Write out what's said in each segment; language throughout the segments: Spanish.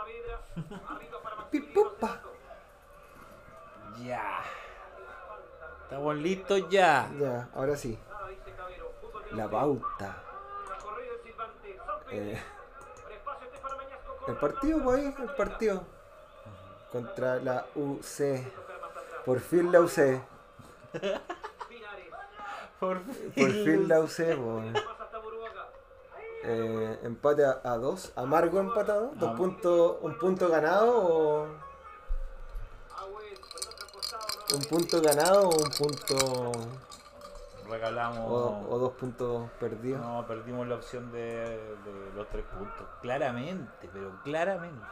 Pipupa. Ya. Estamos listos ya. Ya, ahora sí. La pauta. El partido, pues, el partido. Contra la UC. Por fin la UC. Por Por fin la UC, pues. Empate a 2. Amargo empatado. Un punto ganado o. Un punto ganado o un punto. Regalamos. O 2 puntos perdidos. No, perdimos la opción de los 3 puntos. Claramente, pero claramente.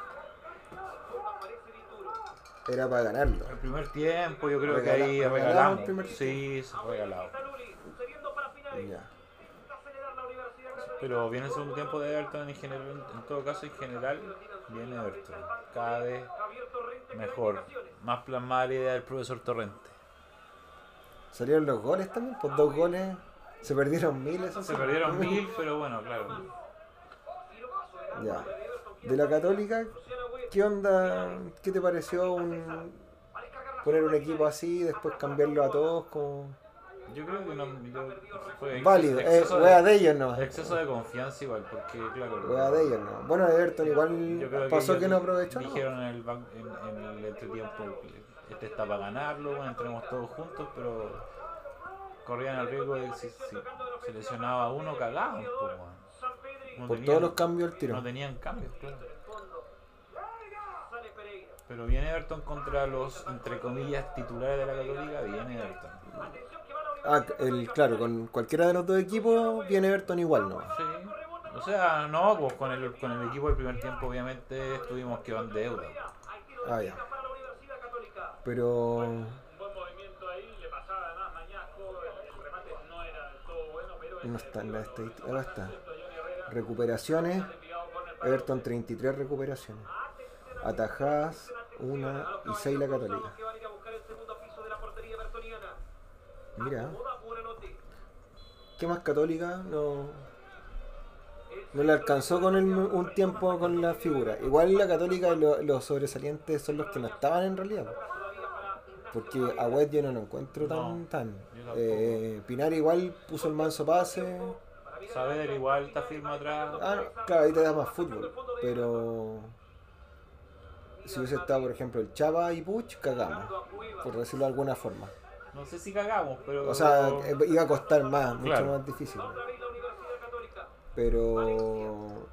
Era para ganarlo. El primer tiempo yo creo que Regala- ahí regalamos regalamos. el primer Sí, se regalado. Ya. Pero viene el segundo tiempo de Everton en general, en todo caso en general, viene Everton. Cada vez mejor. Más plasmada la idea del profesor Torrente. Salieron los goles también, pues 2 goles. Se perdieron 1000, eso Se sí. perdieron 1000, pero bueno, claro. Ya. De la Católica, ¿qué onda? ¿Qué te pareció poner un equipo así y después cambiarlo a todos como Yo creo que no, fue válido? exceso Wea de ellos no. exceso de confianza igual, porque claro. Wea de ellos no. Bueno, Everton Yo igual creo pasó que ellos no aprovechó, ¿no? dijeron en el entretiempo, este está para ganarlo, bueno, entremos todos juntos, pero corrían el riesgo de que si se lesionaba uno, cagaban, pues, bueno. No Por tenían- todos los cambios al tiro. No tenían cambios, claro. Pero viene Everton contra los, entre comillas, titulares de la Católica, viene Everton. Claro, con cualquiera de los dos equipos viene Everton igual, ¿no? Sí. O sea, no, pues con el equipo del primer tiempo obviamente estuvimos que van de deuda. Ah, ya. Pero no está en la estadística. Ahora está. Recuperaciones. Everton 33 recuperaciones. Atajadas 1 y 6 la Católica. Mira. ¿Qué más Católica? No le alcanzó con un tiempo con la figura. Igual la Católica los sobresalientes son los que no estaban en realidad. Porque a Wed yo no lo encuentro tan. Yo tampoco. Pinar igual puso el manso pase. Saavedra igual está firme atrás. No, claro, ahí te da más fútbol. Pero si hubiese estado, por ejemplo, el Chava y Puch, cagamos. Por decirlo de alguna forma. No sé si cagamos, pero. O sea, iba a costar más, mucho Claro. más difícil. Pero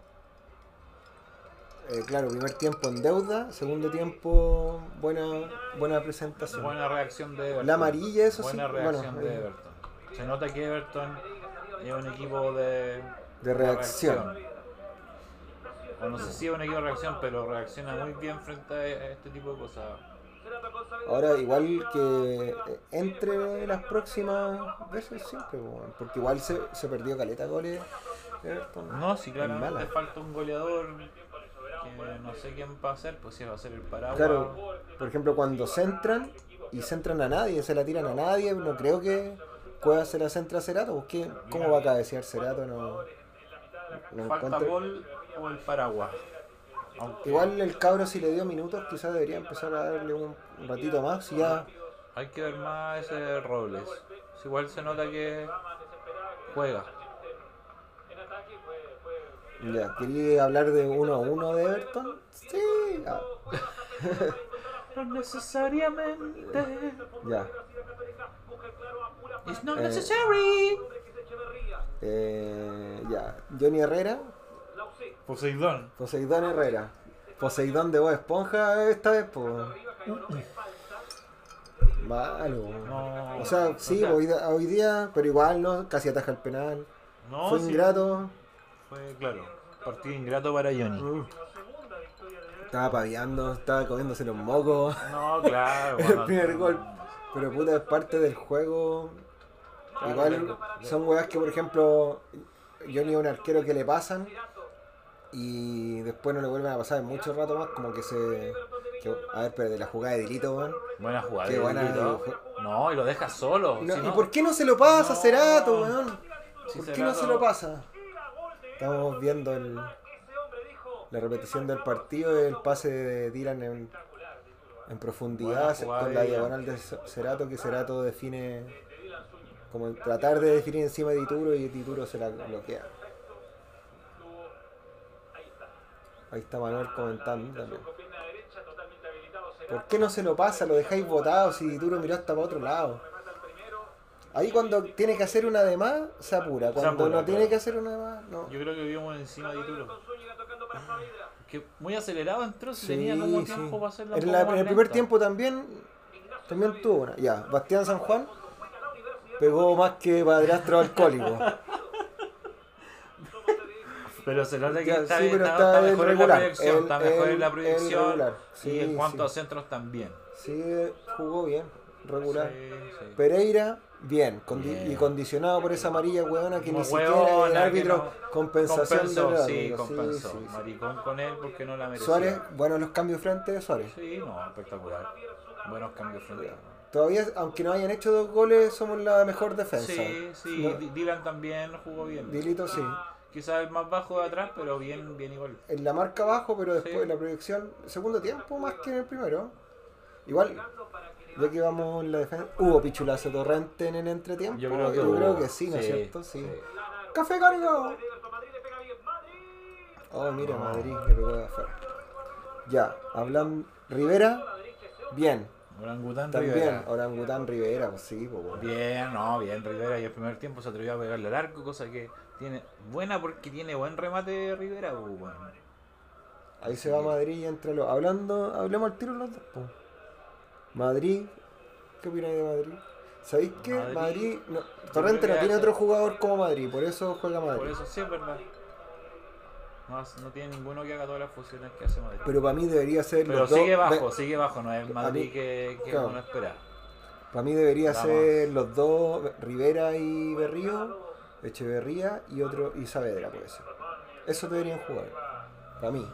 claro, primer tiempo en deuda, segundo tiempo buena presentación. Buena reacción de Everton. La amarilla, eso Buena sí, reacción bueno, de Everton. Se nota que Everton es un equipo de reacción. O no sé si es un equipo de reacción, pero reacciona muy bien frente a este tipo de cosas. Ahora, igual que entre las próximas veces siempre, bueno, porque igual se perdió caleta de goles. Everton. No, si Es claramente mala. falta un goleador que no sé quién va a ser, pues si va a ser el Paraguay. Claro, por ejemplo, cuando centran y centran a nadie, se la tiran a nadie, no creo que pueda se la centra Cerato. Porque, ¿cómo va a cabecear Cerato? No Falta encuentro. gol o el Paraguay. Aunque Igual el cabro, si le dio minutos, quizás debería empezar a darle un ratito más. Si ya, hay que ver más ese Robles. Si igual se nota que juega. ya, ¿quería hablar de 1-1 de Everton? Sí. No necesariamente. Ya. It's not necessary. Ya. Johnny Herrera. Poseidón. Poseidón Herrera. Poseidón de Bob Esponja esta vez, pues. Malo. No, O sea, sí, hoy día, pero igual no, casi ataja el penal. no, Fue sí, ingrato. Fue, claro, partido ingrato para Johnny. Estaba paviando, estaba comiéndose los mocos. No, claro. El primer gol. Pero puta, es parte del juego. Igual son weas que, por ejemplo, Johnny es un arquero que le pasan y después no le vuelven a pasar en mucho rato más, como que a ver, pero de la jugada de Dilito, weón. Buena jugada. Qué buena. No, y lo deja solo. No, si ¿y no- por qué no se lo pasa, No. Cerato, weón? Si ¿Por qué no Cerato- se lo pasa? Estamos viendo La repetición del partido es el pase de Dylan en profundidad con la diagonal de Cerato, que Cerato define como tratar de definir encima de Dituro y Dituro se la bloquea. Ahí está Manuel comentando también. ¿Por qué no se lo pasa? Lo dejáis botado si Dituro miró hasta para otro lado. Ahí cuando tiene que hacer una de más, se apura. Cuando no tiene que hacer una de más, no. Yo creo que vimos encima de Dituro. Que muy acelerado entró, si tenía como tiempo para hacerla. En el primer tiempo también tuvo una. Ya, Bastián San Juan pegó más que padrastro alcohólico. Pero se nota que está mejor en la proyección. Está mejor en la proyección. Sí, y en cuanto a centros también. Sí, jugó bien, regular. Sí. Pereira, bien, y condicionado por esa amarilla hueona que ni siquiera el árbitro compensación de sí, compensó. Sí. Maricón con él porque no la mereció. Suárez, buenos los cambios frente de Suárez. Sí, no, espectacular. Buenos cambios frente. Todavía, aunque no hayan hecho 2 goles, somos la mejor defensa. Sí, ¿no? Dylan también jugó bien. Dilito sí. Quizás el más bajo de atrás, pero bien igual. En la marca abajo, pero después la proyección, segundo tiempo más que en el primero. Igual, ya que vamos en la defensa, ¿hubo pichulazo Torrente en el entretiempo? Yo creo que sí, ¿no es cierto? Sí. ¡Café Cargo! Oh, mira, Madrid le pegó de afuera. Ya, hablan Rivera, bien. Orangután también, Rivera. Orangután Rivera, pues sí, pues bueno. Bien Rivera, y el primer tiempo se atrevió a pegarle al arco, cosa que tiene buena porque tiene buen remate de Rivera, pues bueno. Ahí se va Madrid entre los. Hablemos al tiro los dos, pues. Madrid, ¿qué opináis de Madrid? ¿Sabéis qué? Madrid no, Torrente no tiene otro jugador como Madrid, por eso juega Madrid. Por eso sí es verdad. No tiene ninguno que haga todas las funciones que hace Madrid. Pero para mí debería ser pero los sigue dos. Sigue bajo, no es el Madrid que claro. uno espera. Para mí debería ser los dos, Rivera y Berrío, Echeverría y Saavedra puede ser. Eso deberían jugar, para mí.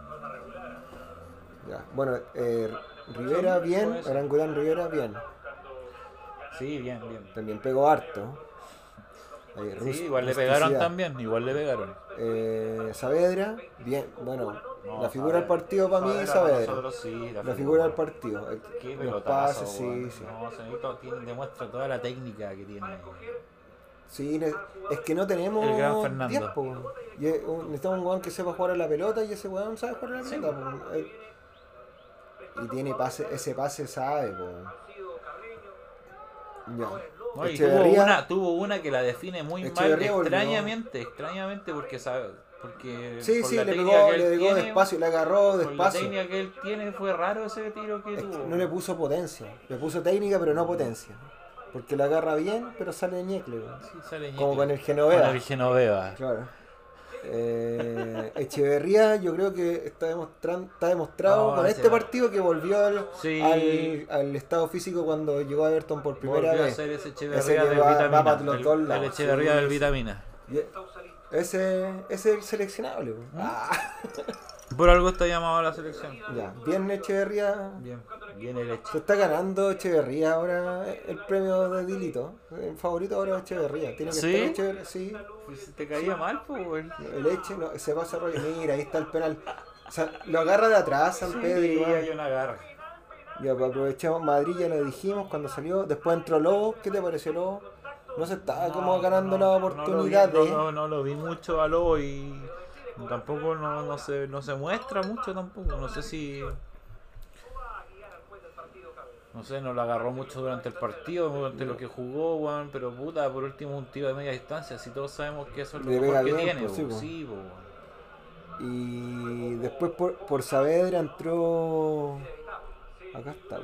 Ya. Bueno, Rivera bien, Orangután Rivera bien. Sí, bien. También pegó harto. Sí, igual le pegaron también, Saavedra, bien, bueno, la figura del partido para mí es Saavedra. Sí, la figura del partido. Qué los pases, pases, sí. No, Cenito demuestra toda la técnica que tiene. Sí, es que no tenemos el gran Fernando. Tiempo. Necesitamos un weón que sepa jugar a la pelota y ese weón sabe jugar a la pelota. Y tiene ese pase sabe, ya. No, y tuvo una que la define muy mal, extrañamente, porque sabe, porque sí, le pegó despacio, le agarró despacio. La técnica que él tiene fue raro ese tiro que tuvo. No le puso potencia, le puso técnica pero no potencia. Porque la agarra bien, pero sale ñecle. Sí, sale ñecle. Como con el Genoveva. Claro. Echeverría yo creo que está demostrado con este partido que volvió al estado físico cuando llegó a Everton por primera vez. A ser ese Echeverría del Vitamina. El Echeverría del Vitamina. Ese es el seleccionable. Por algo está llamado a la selección. Ya, bien Echeverría. Bien el Eche. Se está ganando Echeverría ahora el premio de Dilito. El favorito ahora es Echeverría. Tiene que estar Echeverría, sí. Pues te caía mal, pues. El Eche se pasa rollo. Mira, ahí está el penal. O sea, lo agarra de atrás San Pedro. Sí, hay una garra. Ya, aprovechamos Madrid, ya lo dijimos cuando salió. Después entró Lobo. ¿Qué te pareció Lobo? No se estaba como ganando la oportunidad no lo vi mucho a Lobo y tampoco no se muestra mucho tampoco. No sé si... No sé, no lo agarró mucho durante el partido, durante lo que jugó, Juan, pero puta, por último un tiro de media distancia, si todos sabemos que eso es lo mejor que tiene, sí, y después por Saavedra entró... Acá está,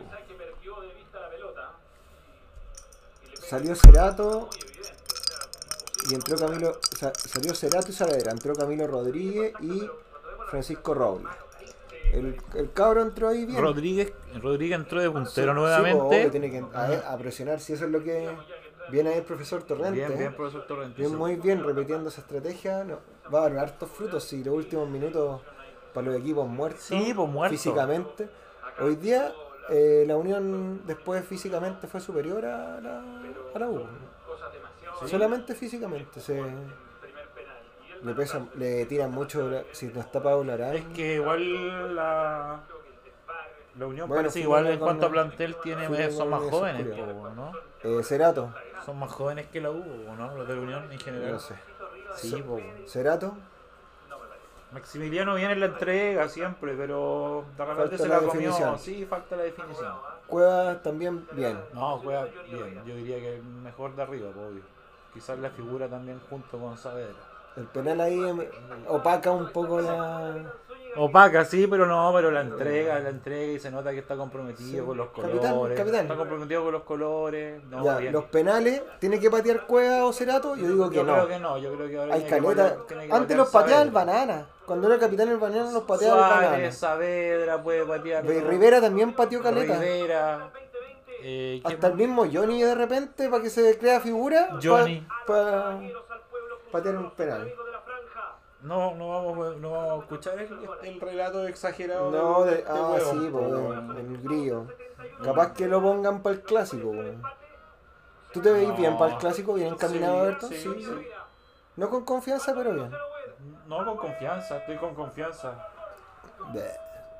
salió Cerato y entró Camilo, salió Cerato y Saavedra, entró Camilo Rodríguez y Francisco Robles. El cabro entró ahí bien. Rodríguez entró de puntero nuevamente. Sí, tiene que a presionar, si eso es lo que viene ahí el profesor Torrente. Bien, profesor Torrente. Bien, muy bien, repitiendo esa estrategia. Va a dar hartos frutos si los últimos minutos para los equipos muertos. Sí, pues muertos. Físicamente. Hoy día la Unión después físicamente fue superior a la U. Sí. Solamente físicamente le tiran mucho si no está Pablo Larán. Es que igual la Unión Bueno, parece fui igual con- en cuanto a plantel fui son más con jóvenes, esos culiados. ¿no? Cerato, Son más jóvenes que la U, ¿no? Los de la Unión en general. no sé. Sí, po. Cerato, Maximiliano viene en la entrega siempre, pero de repente Falta se la la comió. definición. Sí, falta la definición. Cuevas también bien. No, juega bien. Yo diría que el mejor de arriba, po, obvio. Quizás la figura también junto con Saavedra. El penal ahí opaca un poco la... Opaca, sí, pero no, pero la entrega y se nota que está comprometido Sí. con los Capitán, colores. capitán. Está comprometido con los colores. No, Ya, bien. los penales, ¿tiene que patear Cueva o Cerato? Yo digo que Yo no. creo que no, yo creo que ahora Hay tiene que caleta. tiene que Antes patear los pateaba el Saavedra. Banana. Cuando era capitán el Banana los pateaba el Suárez, Banana. Saavedra puede patear. Rivera también pateó caleta. Rivera. Hasta el mismo Johnny de repente para que se crea figura. Johnny. Para patear un penal. No vamos a escuchar el relato exagerado. No, de sí, huevón, el grillo. Capaz que lo pongan para el clásico, weón. ¿Tú te veis bien para el clásico? ¿Bien encaminado, Sí, Alberto? sí. No con confianza, pero bien. No, con confianza, estoy con confianza. Bleh.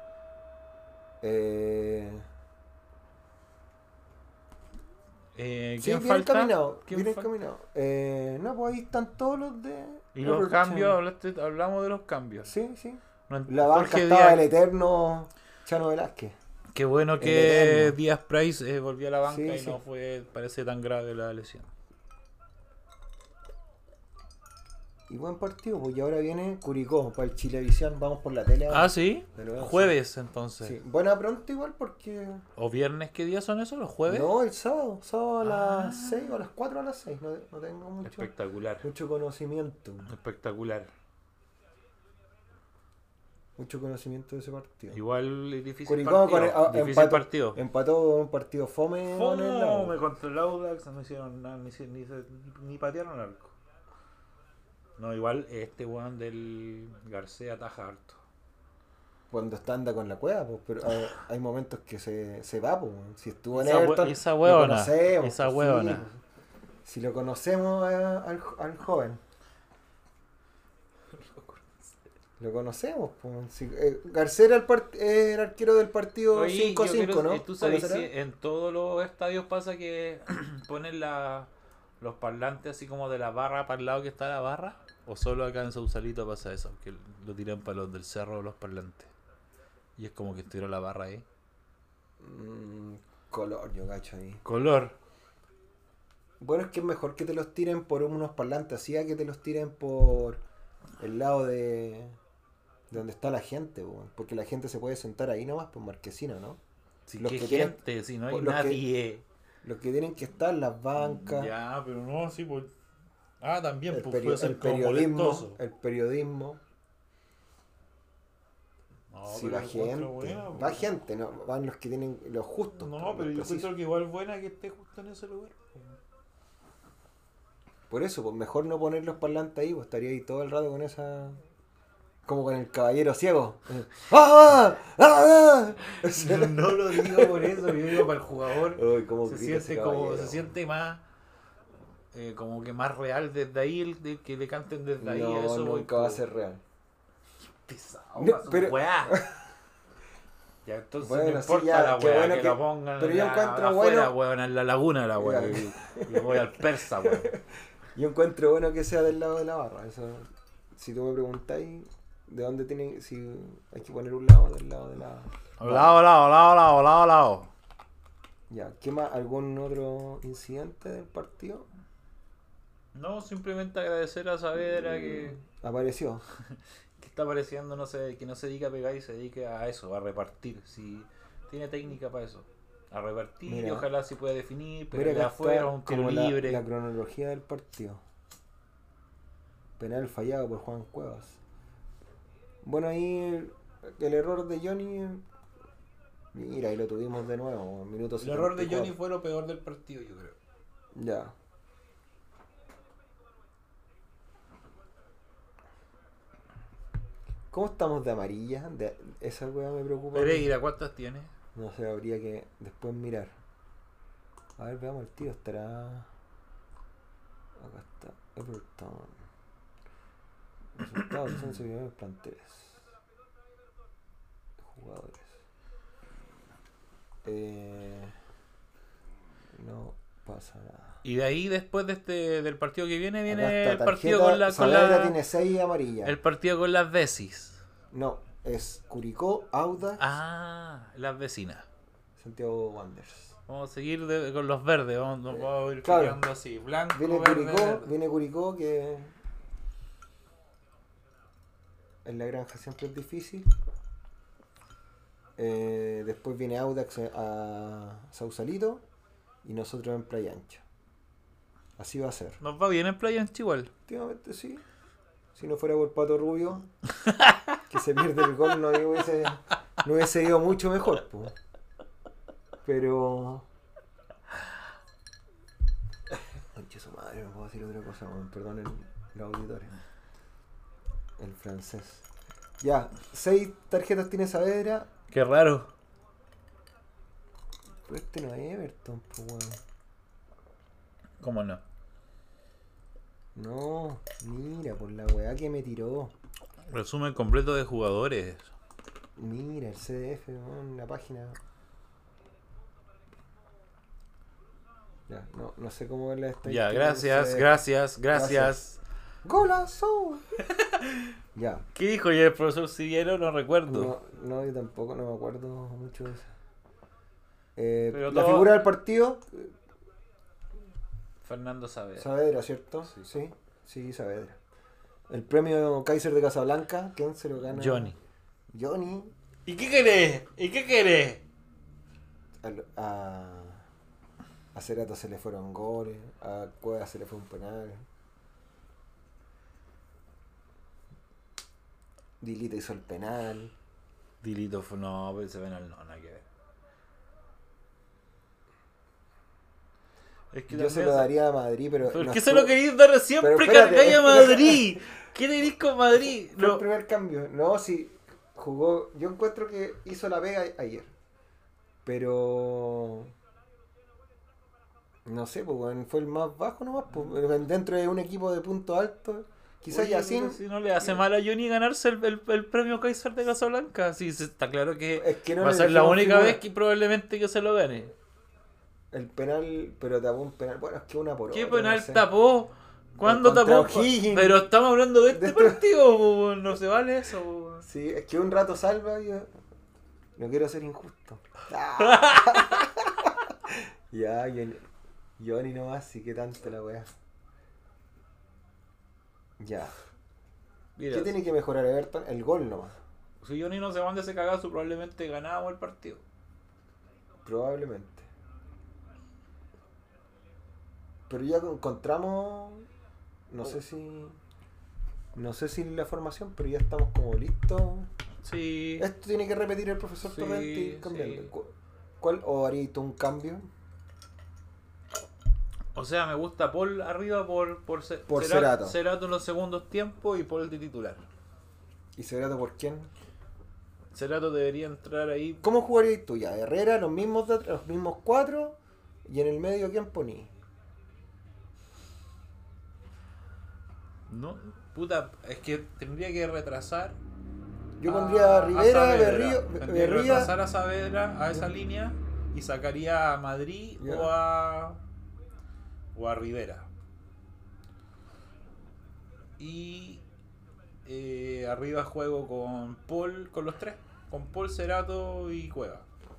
Sí, ¿Quién bien falta? encaminado. ¿Quién Bien falta? encaminado. No, pues ahí están todos los de... Y los Everton. cambios, hablamos de los cambios. Sí, sí. No, La banca Jorge estaba Díaz, el eterno Chano Velázquez. qué bueno el que eterno. Díaz Price volvió a la banca Sí, y sí. no parece tan grave la lesión. Y buen partido, pues y ahora viene Curicó para el Chilevisión. Vamos por la tele ahora. Ah, sí. Pero, Jueves entonces. Sí. Buena pronto igual porque... ¿O viernes? ¿Qué días son esos? ¿Los jueves? No, el sábado. Sábado a Ah. las 6 o a las 4 a las 6. No tengo Espectacular. mucho conocimiento. Espectacular. Mucho conocimiento de ese partido. Igual es difícil Curicó partido. Difícil empató, partido. empató un partido fome. con el Lau. Me contra el Audax, no hicieron nada, ni patearon al arco. No, igual este weón del García ataja harto. Cuando anda con la cueva, pues, pero hay momentos que se va, pues. Si estuvo en Esa Everton, esa lo huevona, conocemos, esa pues, huevona. sí, pues. Si lo conocemos al joven. Lo conocemos, pues. Si, García era el arquero del partido Oye, 5-5, ¿no? ¿Tú sabes ¿Cuándo si será? en todos los estadios pasa que ponen los parlantes así como de la barra para el lado que está la barra? ¿O solo acá en Sausalito pasa eso? Que lo tiran para los del cerro los parlantes. Y es como que estuviera la barra ahí. Color, yo cacho ahí. Color. Bueno, es que es mejor que te los tiren por unos parlantes así a que te los tiren por el lado de donde está la gente, po, porque la gente se puede sentar ahí nomás por marquesina, ¿no? Si Los qué que tienen- gente, si no hay los que- nadie. Los que tienen que estar, las bancas, Ya, pero no, sí, pues. Ah, también, el, pues puede ser el como periodismo, molestoso. el periodismo. No, Si pero va yo encuentro gente, buena, va pues. gente, no, van los que tienen los justos. No, los pero yo precisos. encuentro que igual buena que esté justo en ese lugar. Por eso, pues mejor no poner los parlantes ahí, pues estaría ahí todo el rato con esa... Como con el caballero ciego. ¡Ah! ¡Ah! No lo digo por eso, yo digo para el jugador. Uy, cómo Se grita ese siente como, caballero. se siente más como que más real desde ahí, que le canten desde ahí. No, Eso voy nunca va a como ser real. pesado, No, pa' su pero- weá. Ya, entonces Bueno, no sí, importa ya, la qué weá, bueno que que- la pongan pero yo ya encuentro afuera, bueno- weón, en la laguna la weá. Ya. Y voy al persa, weón. Yo encuentro bueno que sea del lado de la barra. Eso, si tú me preguntáis de dónde tiene, si hay que poner un lado del lado de la. Lado. Ya, ¿qué más? ¿Algún otro incidente del partido? No, simplemente agradecer a Saavedra que Apareció. está apareciendo, no sé, que no se dedica a pegar y se dedique a eso, a repartir. Si tiene técnica para eso. A repartir y Mira. ojalá si puede definir, pero Mira de que afuera, está un tiro como libre. la cronología del partido. Penal fallado por Juan Cuevas. Bueno, ahí el error de Johnny. Mira, ahí lo tuvimos de nuevo. Minutos El error de Johnny fue lo peor del partido, yo creo. Ya. ¿Cómo estamos de amarilla? Esa weá me preocupa. Pereira, ¿cuántas tiene? No sé, habría que después mirar. A ver, veamos el tío. Estará. Acá está. Everton. No, son seguidores planteles. Jugadores. No pasa nada. Y de ahí, después de del partido que viene Acá está, el partido tarjeta, Saavedra tiene 6 amarillas. el partido con las Decis. No, es Curicó, Audax, Las vecinas. Santiago Wanderers. Vamos a seguir con los verdes, vamos a ir Claro. pillando así, blanco, Viene verde, Curicó, verde. Que en la granja siempre es difícil. Después viene Audax a Sausalito y nosotros en Playa Ancha. Así va a ser. Nos va bien en Playa Ancha igual. Últimamente sí. Si no fuera por Pato Rubio, que se pierde el gol, no hubiese ido mucho mejor. Po. Pero... Conche su madre, no puedo decir otra cosa. Perdón los auditores. El francés. Ya, 6 tarjetas tiene Saavedra. Qué raro. Pero este no es Everton, pues weón. ¿Cómo no? No, mira, por la weá que me tiró. Resumen completo de jugadores. Mira, el CDF, weón, la página. Ya, no sé cómo ver la estadística. Ya, gracias. ¡Golazo! Ya. ¿Qué dijo ya el profesor Siviero? No recuerdo. No, yo tampoco, no me acuerdo mucho de eso. Pero la todo... figura del partido. Fernando Saavedra. Saavedra, ¿cierto? Sí, Saavedra. El premio Kaiser de Casablanca, ¿quién se lo gana? Johnny. ¿Y qué querés? A Cerato se le fueron goles, a Cueva se le fue un penal. Dilito hizo el penal. Dilito fue, no, pero ese penal no, nada que ver. Es que yo se lo daría a Madrid, pero... ¿Por no qué se lo queréis dar siempre cargáis a Madrid? ¿Qué tenéis con Madrid? Fue el primer cambio. No, sí, jugó... Yo encuentro que hizo la pega ayer. Pero... No sé, pues bueno, fue el más bajo nomás. Pues, dentro de un equipo de punto alto... Quizás ya sin... Si no le hace mal a Johnny ganarse el premio Kaiser de Casablanca. Sí, está claro que, es que no va a ser la única vez que probablemente que se lo gane. El penal, pero tapó un penal. Bueno, es que una por ¿Qué otra, penal no sé. tapó? ¿Cuándo tapó? Pero estamos hablando de este partido, no se vale eso. Sí, es que un rato salva y yo no quiero ser injusto. Ya, Johnny nomás, sí que tanto la weá. Ya. Mira, ¿qué tiene que mejorar Everton? El gol nomás. Si Johnny no se manda ese cagazo, probablemente ganábamos el partido. Probablemente. Pero ya encontramos, no sé si la formación, pero ya estamos como listos. Sí. Esto tiene que repetir el profesor Torrenti cambiando. Sí. ¿Cuál o harías tú un cambio? O sea, me gusta Paul arriba por Cerato. Cerato en los segundos tiempos y Paul de titular. ¿Y Cerato por quién? Cerato debería entrar ahí. ¿Cómo jugarías tú ya? Herrera, los mismos 4 y en el medio ¿quién poní? No, puta, es que tendría que retrasar. Yo pondría a Rivera, Berrío. Retrasar a Saavedra a esa línea y sacaría a Madrid o a Rivera. Y arriba juego con Paul, con los 3. Con Paul, Cerato y Cueva.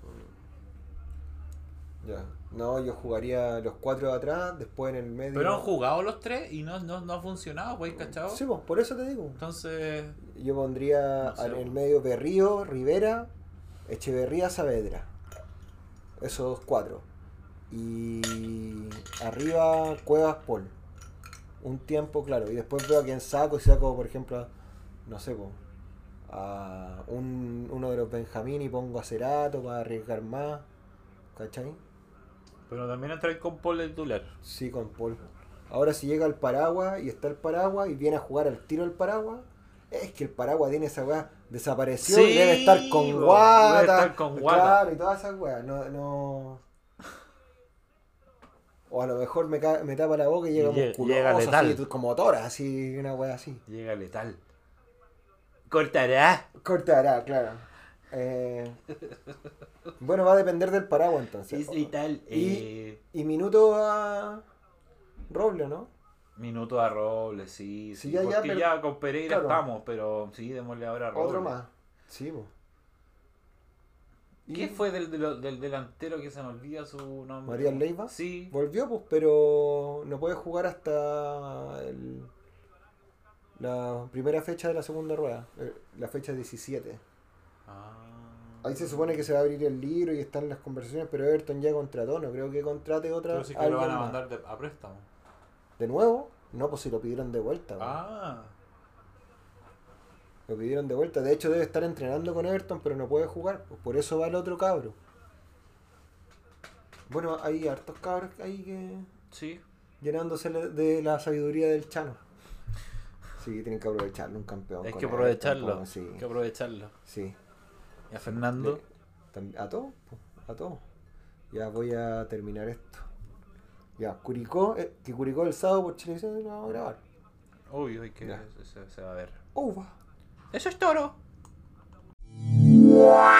Ya. No, yo jugaría los 4 de atrás, después en el medio. Pero han jugado los 3 y no ha funcionado, pues, ¿cachado? Sí, pues, por eso te digo. Entonces... Yo pondría en el medio Berrío, Rivera, Echeverría, Saavedra. Esos 4. Y arriba Cuevas, Paul. Un tiempo, claro. Y después veo a quién saco. Si saco, por ejemplo, no sé, a uno de los Benjamín y pongo a Cerato para arriesgar más. ¿Cachai? Pero también entra con Paul de titular. Sí, con Paul. Ahora si llega el Paraguas y está el Paraguas y viene a jugar al tiro el Paraguas, es que el Paraguas tiene esa weá, desapareció y debe estar con Guata. Debe estar con Guata. Claro, y todas esas weas. No. O a lo mejor me tapa la boca y llega musculoso, llega letal. así, como Tora, así, una wea así. Llega letal. Cortará, claro. Bueno, va a depender del paraguas entonces. Es letal. Y minuto a Roble, ¿no? Minuto a Robles, sí. Sí, Sí, ya, porque pero- ya con Pereira claro. estamos, pero sí, démosle ahora a Robles. Otro más. Sí, pues. ¿Qué fue del delantero que se me olvida su nombre? María Leiva? Sí. Volvió, pues, pero no puede jugar hasta la primera fecha de la segunda rueda, la fecha 17. Ah. Ahí se supone que se va a abrir el libro y están las conversaciones, pero Everton ya contrató, no creo que contrate otra. Pero sí que lo van a alguien más. mandar a préstamo. ¿De nuevo? No, pues si lo pidieron de vuelta. weón. Ah. Lo pidieron de vuelta. De hecho debe estar entrenando con Everton, pero no puede jugar. Pues por eso va el otro cabro. Bueno, hay hartos cabros ahí que Sí. llenándose de la sabiduría del Chano. Sí, tienen que aprovecharlo, un campeón. Hay con que Everton, aprovecharlo. pues, sí, Hay que aprovecharlo. sí. Y a Fernando. A todos, pues, a todos. Ya voy a terminar esto. Ya, Curicó, que Curicó el sábado por televisión lo vamos a grabar. Uy, uy, que Ya. se va a ver. Uva. Eso es toro.